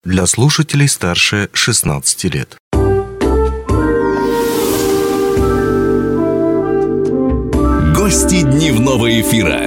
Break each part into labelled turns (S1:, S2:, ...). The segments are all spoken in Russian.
S1: Для слушателей старше 16 лет.
S2: Гости дневного эфира.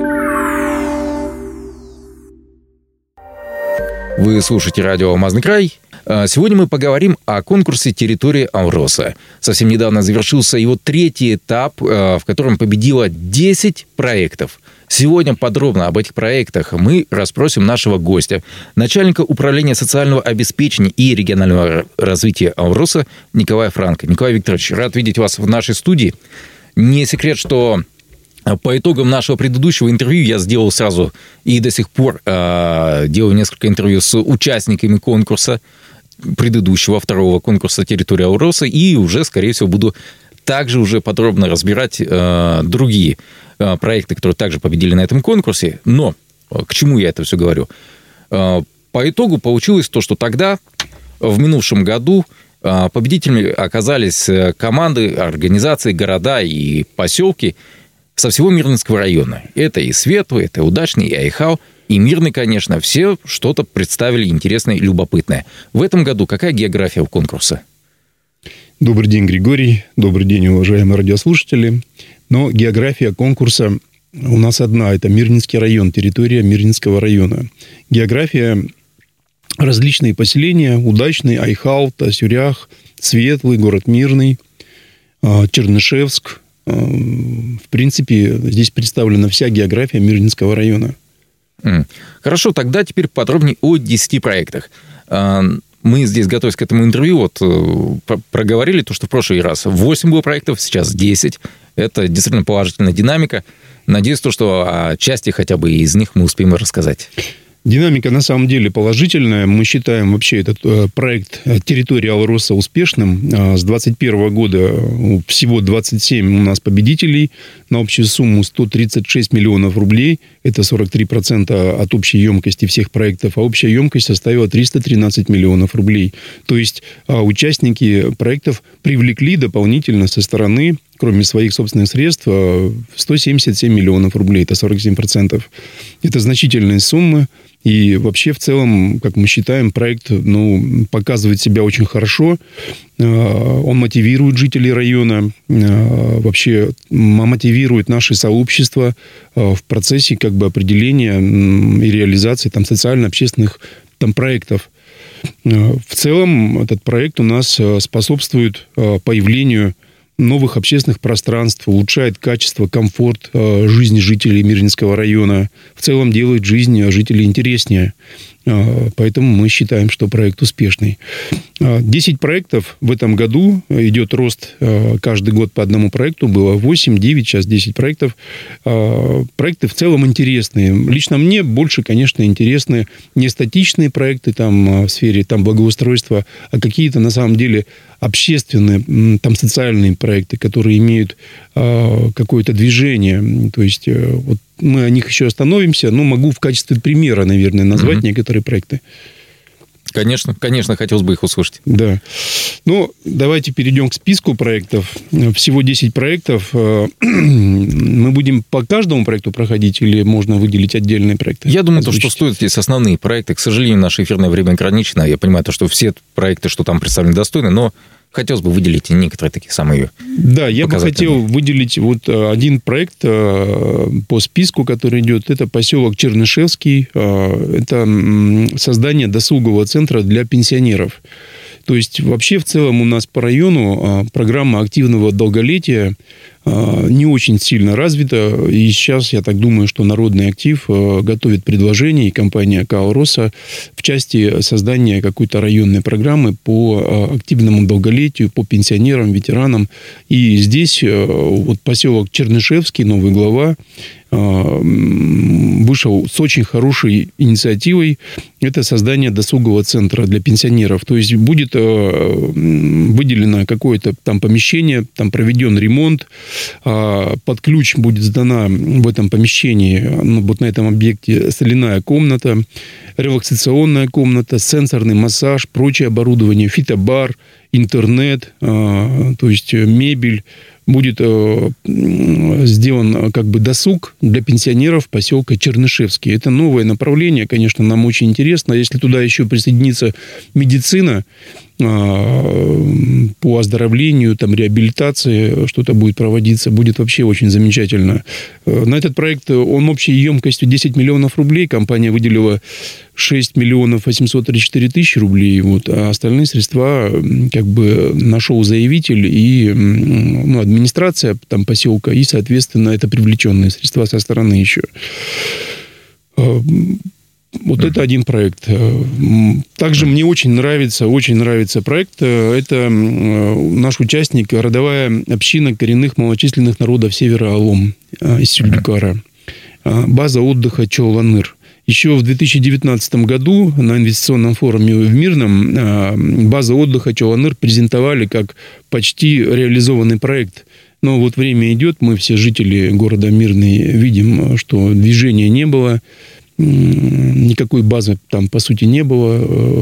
S3: Вы слушаете радио «Алмазный край». Сегодня мы поговорим о конкурсе «Территория Алроса». Совсем недавно завершился его третий этап, в котором победило 10 проектов. Сегодня подробно об этих проектах мы расспросим нашего гостя, начальника управления социального обеспечения и регионального развития Алроса Николая Франко. Николай Викторович, рад видеть вас в нашей студии. Не секрет, что по итогам нашего предыдущего интервью я сделал сразу и до сих пор делаю несколько интервью с участниками конкурса, предыдущего, второго конкурса «Территория Алроса», и уже, скорее всего, буду также уже подробно разбирать другие проекты, которые также победили на этом конкурсе. Но к чему я это все говорю? По итогу получилось то, что тогда, в минувшем году, победителями оказались команды, организации, города и поселки со всего Мирнинского района. Это и Светлый, это Удачный, и Айхал, и Мирный, конечно. Все что-то представили интересное и любопытное. В этом году какая география у конкурса?
S4: Добрый день, Григорий. Добрый день, уважаемые радиослушатели. Но география конкурса у нас одна. Это Мирнинский район, территория Мирнинского района. География – различные поселения. Удачный, Айхал, Тасюрях, Светлый, город Мирный, Чернышевск. В принципе, здесь представлена вся география Мирнинского района.
S3: Хорошо, тогда теперь подробнее о 10 проектах. Мы здесь, готовясь к этому интервью, проговорили то, что в прошлый раз 8 было проектов, сейчас 10. Это действительно положительная динамика. Надеюсь, что о части хотя бы из них мы успеем рассказать.
S4: Динамика на самом деле положительная. Мы считаем вообще этот проект «Территория Алроса» успешным. С 2021 года всего 27 у нас победителей на общую сумму 136 миллионов рублей. Это 43% от общей емкости всех проектов. А общая емкость составила 313 миллионов рублей. То есть участники проектов привлекли дополнительно со стороны, кроме своих собственных средств, 177 миллионов рублей. Это 47%. Это значительные суммы. И вообще, в целом, как мы считаем, проект показывает себя очень хорошо. Он мотивирует жителей района, вообще мотивирует наше сообщество в процессе определения и реализации социально-общественных проектов. В целом, этот проект у нас способствует появлению новых общественных пространств, улучшает качество, комфорт жизни жителей Мирнинского района. В целом делает жизнь жителей интереснее. Поэтому мы считаем, что проект успешный. 10 проектов в этом году. Идет рост каждый год по одному проекту. Было 8, 9, сейчас 10 проектов. Проекты в целом интересные. Лично мне больше, конечно, интересны не статичные проекты в сфере благоустройства, а какие-то, на самом деле, общественные, социальные проекты, которые имеют какое-то движение. То есть, мы о них еще остановимся, но могу в качестве примера, наверное, назвать некоторые проекты.
S3: Конечно, хотелось бы их услышать.
S4: Да. Давайте перейдем к списку проектов. Всего 10 проектов. Мы будем по каждому проекту проходить или можно выделить отдельные проекты?
S3: Я думаю, что стоит здесь основные проекты. К сожалению, наше эфирное время ограничено. Я понимаю, что все проекты, что там представлены, достойны, но хотелось бы выделить некоторые такие самые. Да,
S4: я бы хотел выделить один проект по списку, который идет. Это поселок Чернышевский. Это создание досугового центра для пенсионеров. То есть, вообще, в целом у нас по району программа активного долголетия не очень сильно развита. И сейчас, я так думаю, что Народный актив готовит предложение, и компания «Алроса» в части создания какой-то районной программы по активному долголетию, по пенсионерам, ветеранам. И здесь поселок Чернышевский, новый глава, вышел с очень хорошей инициативой. Это создание досугового центра для пенсионеров. То есть, будет выделено какое-то помещение, проведен ремонт, под ключ будет сдана в этом помещении, на этом объекте, соляная комната, релаксационная комната, сенсорный массаж, прочее оборудование, фитобар, интернет, то есть мебель. будет сделан как бы досуг для пенсионеров поселка Чернышевский. Это новое направление, конечно, нам очень интересно. Если туда еще присоединится медицина, по оздоровлению, там, реабилитации, что-то будет проводиться, будет вообще очень замечательно. На этот проект, он общей емкостью 10 миллионов рублей, компания выделила 6 миллионов 834 тысячи рублей, вот, а остальные средства как бы нашел заявитель и администрация там, поселка, и, соответственно, это привлеченные средства со стороны еще. Вот это один проект. Также мне очень нравится проект. Это наш участник, родовая община коренных малочисленных народов Севера Алом из Сюльдюкара. База отдыха Чоланыр. Еще в 2019 году на инвестиционном форуме в Мирном база отдыха Чоланыр презентовали как почти реализованный проект. Но вот время идет, мы все жители города Мирный видим, что движения не было. Никакой базы там, по сути, не было.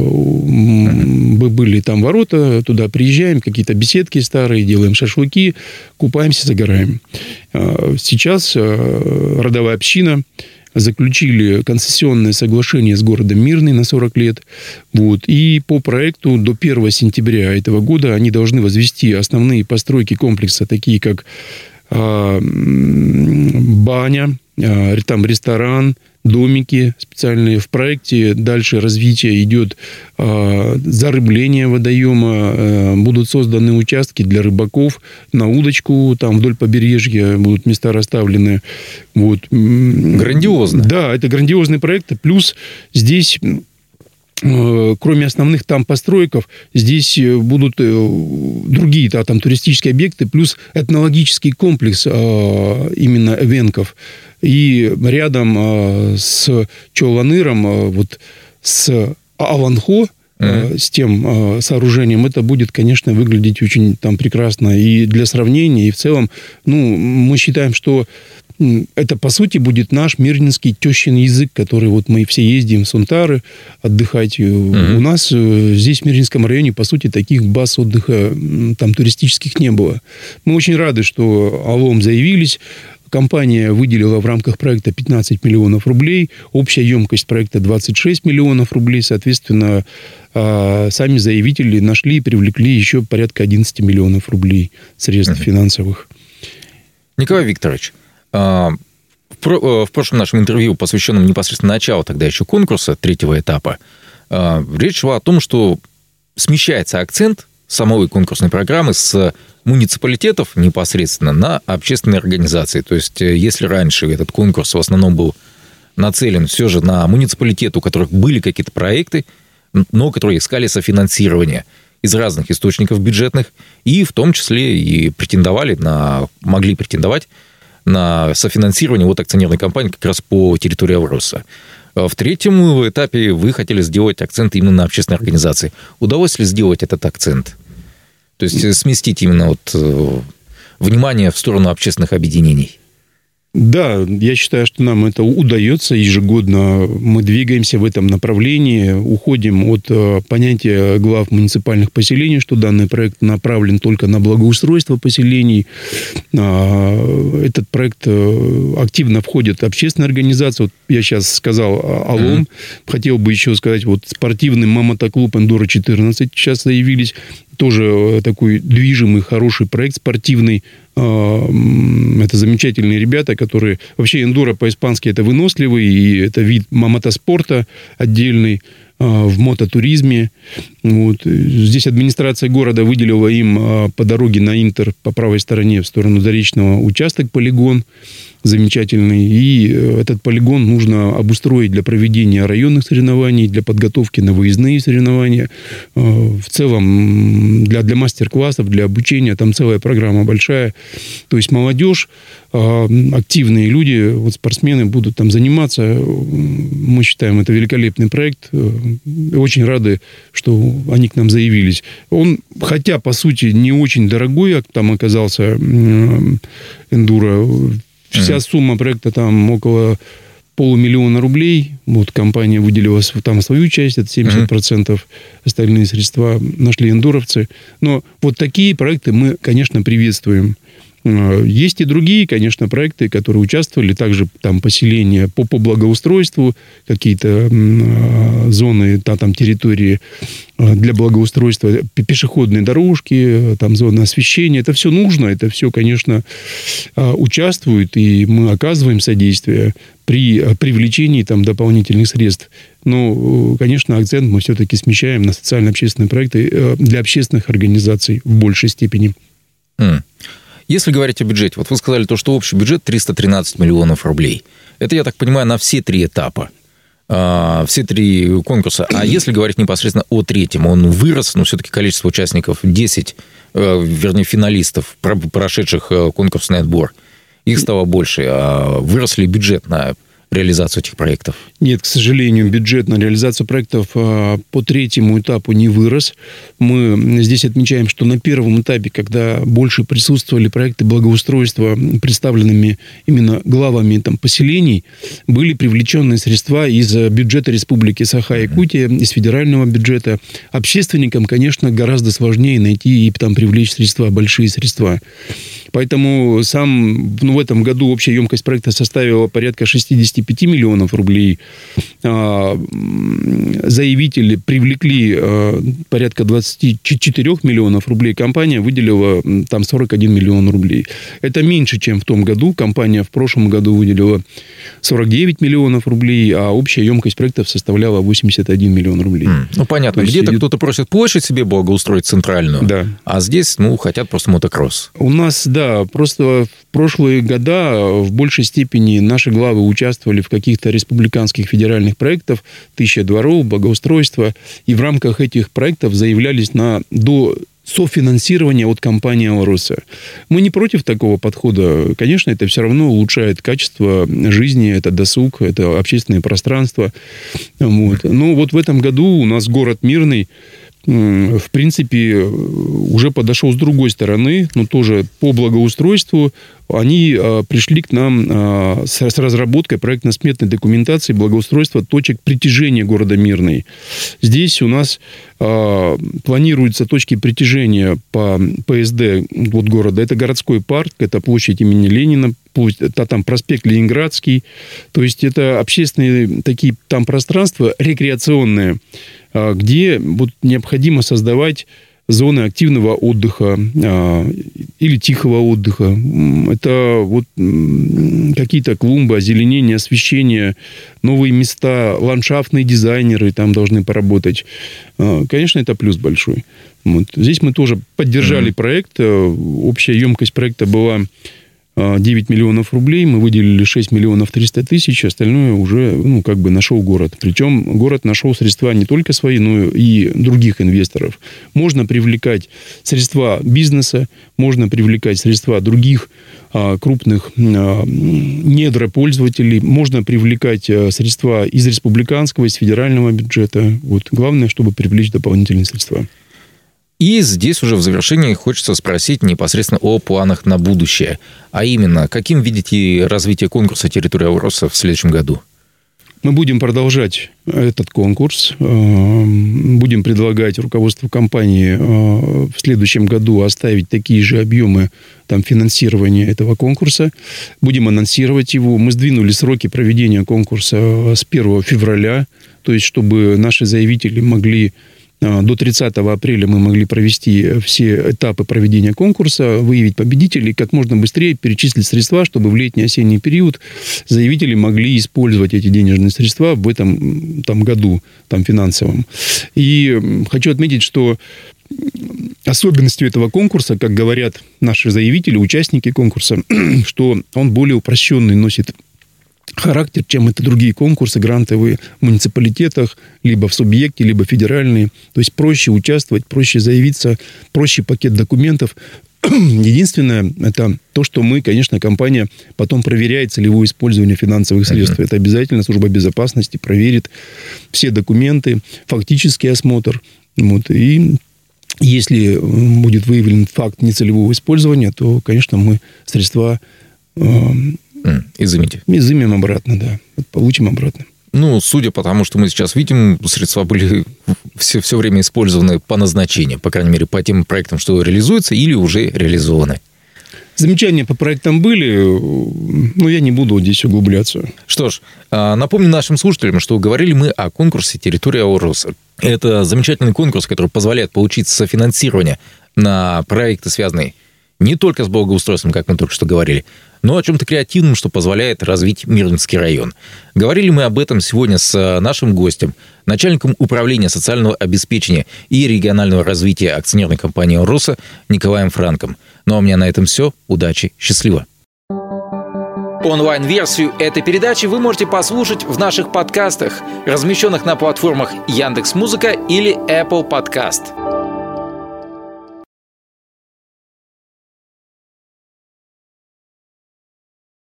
S4: Были там ворота, туда приезжаем, какие-то беседки старые, делаем шашлыки, купаемся, загораем. Сейчас родовая община заключили концессионное соглашение с городом Мирный на 40 лет. Вот. И по проекту до 1 сентября этого года они должны возвести основные постройки комплекса, такие как баня, там ресторан, домики специальные. В проекте дальше развитие идет зарыбление водоема. Будут созданы участки для рыбаков на удочку. Там вдоль побережья будут места расставлены. Вот.
S3: Грандиозно.
S4: Да, это грандиозный проект. Плюс здесь... Кроме основных там построек, здесь будут другие там туристические объекты, плюс этнологический комплекс именно эвенков. И рядом с Чоланыром, вот с Аванхо, с тем сооружением, это будет, конечно, выглядеть очень там прекрасно. И для сравнения, и в целом, мы считаем, что это, по сути, будет наш мирнинский тещин язык, который вот мы все ездим в Сунтары отдыхать. У нас здесь, в Мирнинском районе, по сути, таких баз отдыха там туристических не было. Мы очень рады, что Алом заявились. Компания выделила в рамках проекта 15 миллионов рублей. Общая емкость проекта 26 миллионов рублей. Соответственно, сами заявители нашли и привлекли еще порядка 11 миллионов рублей средств финансовых.
S3: Николай Викторович, в прошлом нашем интервью, посвященном непосредственно началу тогда еще конкурса, третьего этапа, речь шла о том, что смещается акцент самой конкурсной программы с муниципалитетов непосредственно на общественные организации. То есть, если раньше этот конкурс в основном был нацелен все же на муниципалитеты, у которых были какие-то проекты, но которые искали софинансирование из разных источников бюджетных, и в том числе и могли претендовать на софинансирование от акционерной компании как раз по территории Авроса. В третьем этапе вы хотели сделать акцент именно на общественные организации. Удалось ли сделать этот акцент? То есть сместить именно внимание в сторону общественных объединений?
S4: Да, я считаю, что нам это удается ежегодно. Мы двигаемся в этом направлении, уходим от понятия глав муниципальных поселений, что данный проект направлен только на благоустройство поселений. Этот проект активно входит в общественные организации. Вот я сейчас сказал Алом. Хотел бы еще сказать, вот спортивный мотоклуб «Эндуро-14» сейчас заявились. Тоже такой движимый, хороший проект спортивный. Это замечательные ребята, которые... Вообще эндуро по-испански это выносливый, и это вид мотоспорта отдельный в мототуризме. Вот. Здесь администрация города выделила им по дороге на Интер по правой стороне в сторону Заречного участок, полигон замечательный. И этот полигон нужно обустроить для проведения районных соревнований, для подготовки на выездные соревнования. В целом для мастер-классов, для обучения. Там целая программа большая. То есть молодежь, активные люди, вот спортсмены будут там заниматься. Мы считаем, это великолепный проект. Очень рады, что они к нам заявились. Он, хотя, по сути, не очень дорогой, там оказался эндуро. Вся сумма проекта там около 500 000 рублей. Вот компания выделила там свою часть, это 70%. Остальные средства нашли эндуровцы. Но вот такие проекты мы, конечно, приветствуем. Есть и другие, конечно, проекты, которые участвовали, также там поселения по благоустройству, какие-то зоны, там территории для благоустройства, пешеходные дорожки, там зоны освещения. Это все нужно, это все, конечно, участвует, и мы оказываем содействие при привлечении там дополнительных средств. Но, конечно, акцент мы все-таки смещаем на социально-общественные проекты для общественных организаций в большей степени.
S3: Если говорить о бюджете, вот вы сказали то, что общий бюджет 313 миллионов рублей. Это, я так понимаю, на все 3 этапа, все 3 конкурса. А если говорить непосредственно о третьем, он вырос, но все-таки количество участников 10, вернее, финалистов, прошедших конкурсный отбор, их стало больше. А вырос ли бюджет на реализацию этих проектов?
S4: Нет, к сожалению, бюджет на реализацию проектов по 3-му этапу не вырос. Мы здесь отмечаем, что на 1-м этапе, когда больше присутствовали проекты благоустройства, представленными именно главами там, поселений, были привлечены средства из бюджета Республики Саха-Якутия, из федерального бюджета. Общественникам, конечно, гораздо сложнее найти и там привлечь средства, большие средства. Поэтому в этом году общая емкость проекта составила порядка 65 миллионов рублей. Заявители привлекли порядка 24 миллионов рублей. Компания выделила там 41 миллион рублей. Это меньше, чем в том году. Компания в прошлом году выделила 49 миллионов рублей, а общая емкость проектов составляла 81 миллион рублей.
S3: Ну, понятно. Где-то кто-то просит площадь себе благоустроить центральную,
S4: да.
S3: А здесь, хотят просто мотокросс.
S4: У нас, да, просто в прошлые года в большей степени наши главы участвовали в каких-то республиканских федеральных проектах, 1000 дворов, благоустройства, и в рамках этих проектов заявлялись до софинансирования от компании «Алроса». Мы не против такого подхода. Конечно, это все равно улучшает качество жизни, это досуг, это общественное пространство. Вот. Но вот в этом году у нас город Мирный, в принципе, уже подошел с другой стороны, но тоже по благоустройству. Они пришли к нам с разработкой проектно-сметной документации благоустройства точек притяжения города Мирный. Здесь у нас планируются точки притяжения по ПСД города. Это городской парк, это площадь имени Ленина, это там проспект Ленинградский. То есть это общественные такие там пространства рекреационные, где необходимо создавать зоны активного отдыха или тихого отдыха. Это какие-то клумбы, озеленение, освещение, новые места, ландшафтные дизайнеры там должны поработать. Конечно, это плюс большой. Здесь мы тоже поддержали проект. Общая емкость проекта была 9 миллионов рублей, мы выделили 6 миллионов 300 тысяч, остальное уже, нашел город. Причем город нашел средства не только свои, но и других инвесторов. Можно привлекать средства бизнеса, можно привлекать средства других крупных недропользователей, можно привлекать средства из республиканского, из федерального бюджета. Главное, чтобы привлечь дополнительные средства.
S3: И здесь уже в завершении хочется спросить непосредственно о планах на будущее. А именно, каким видите развитие конкурса «Территория Алроса» в следующем году?
S4: Мы будем продолжать этот конкурс. Будем предлагать руководству компании в следующем году оставить такие же объемы финансирования этого конкурса. Будем анонсировать его. Мы сдвинули сроки проведения конкурса с 1 февраля, то есть чтобы наши заявители могли... До 30 апреля мы могли провести все этапы проведения конкурса, выявить победителей, как можно быстрее перечислить средства, чтобы в летний-осенний период заявители могли использовать эти денежные средства в этом году финансовом. И хочу отметить, что особенностью этого конкурса, как говорят наши заявители, участники конкурса, что он более упрощенный носит характер, чем это другие конкурсы грантовые в муниципалитетах, либо в субъекте, либо федеральные. То есть проще участвовать, проще заявиться, проще пакет документов. Единственное, это то, что мы, конечно, компания потом проверяет целевое использование финансовых средств. Это обязательно служба безопасности проверит все документы, фактический осмотр. И если будет выявлен факт нецелевого использования, то, конечно, мы средства... Изымем обратно, да. Получим обратно.
S3: Судя по тому, что мы сейчас видим, средства были все время использованы по назначению, по крайней мере, по тем проектам, что реализуются или уже реализованы.
S4: Замечания по проектам были, но я не буду здесь углубляться.
S3: Что ж, напомню нашим слушателям, что говорили мы о конкурсе «Территория Алроса». Это замечательный конкурс, который позволяет получить софинансирование на проекты, связанные не только с благоустройством, как мы только что говорили, но о чем-то креативном, что позволяет развить Мирнинский район. Говорили мы об этом сегодня с нашим гостем, начальником управления социального обеспечения и регионального развития акционерной компании «Алроса» Николаем Франком. Ну а у меня на этом все. Удачи, счастливо. Онлайн-версию этой передачи вы можете послушать в наших подкастах, размещенных на платформах Яндекс.Музыка или Apple Podcast.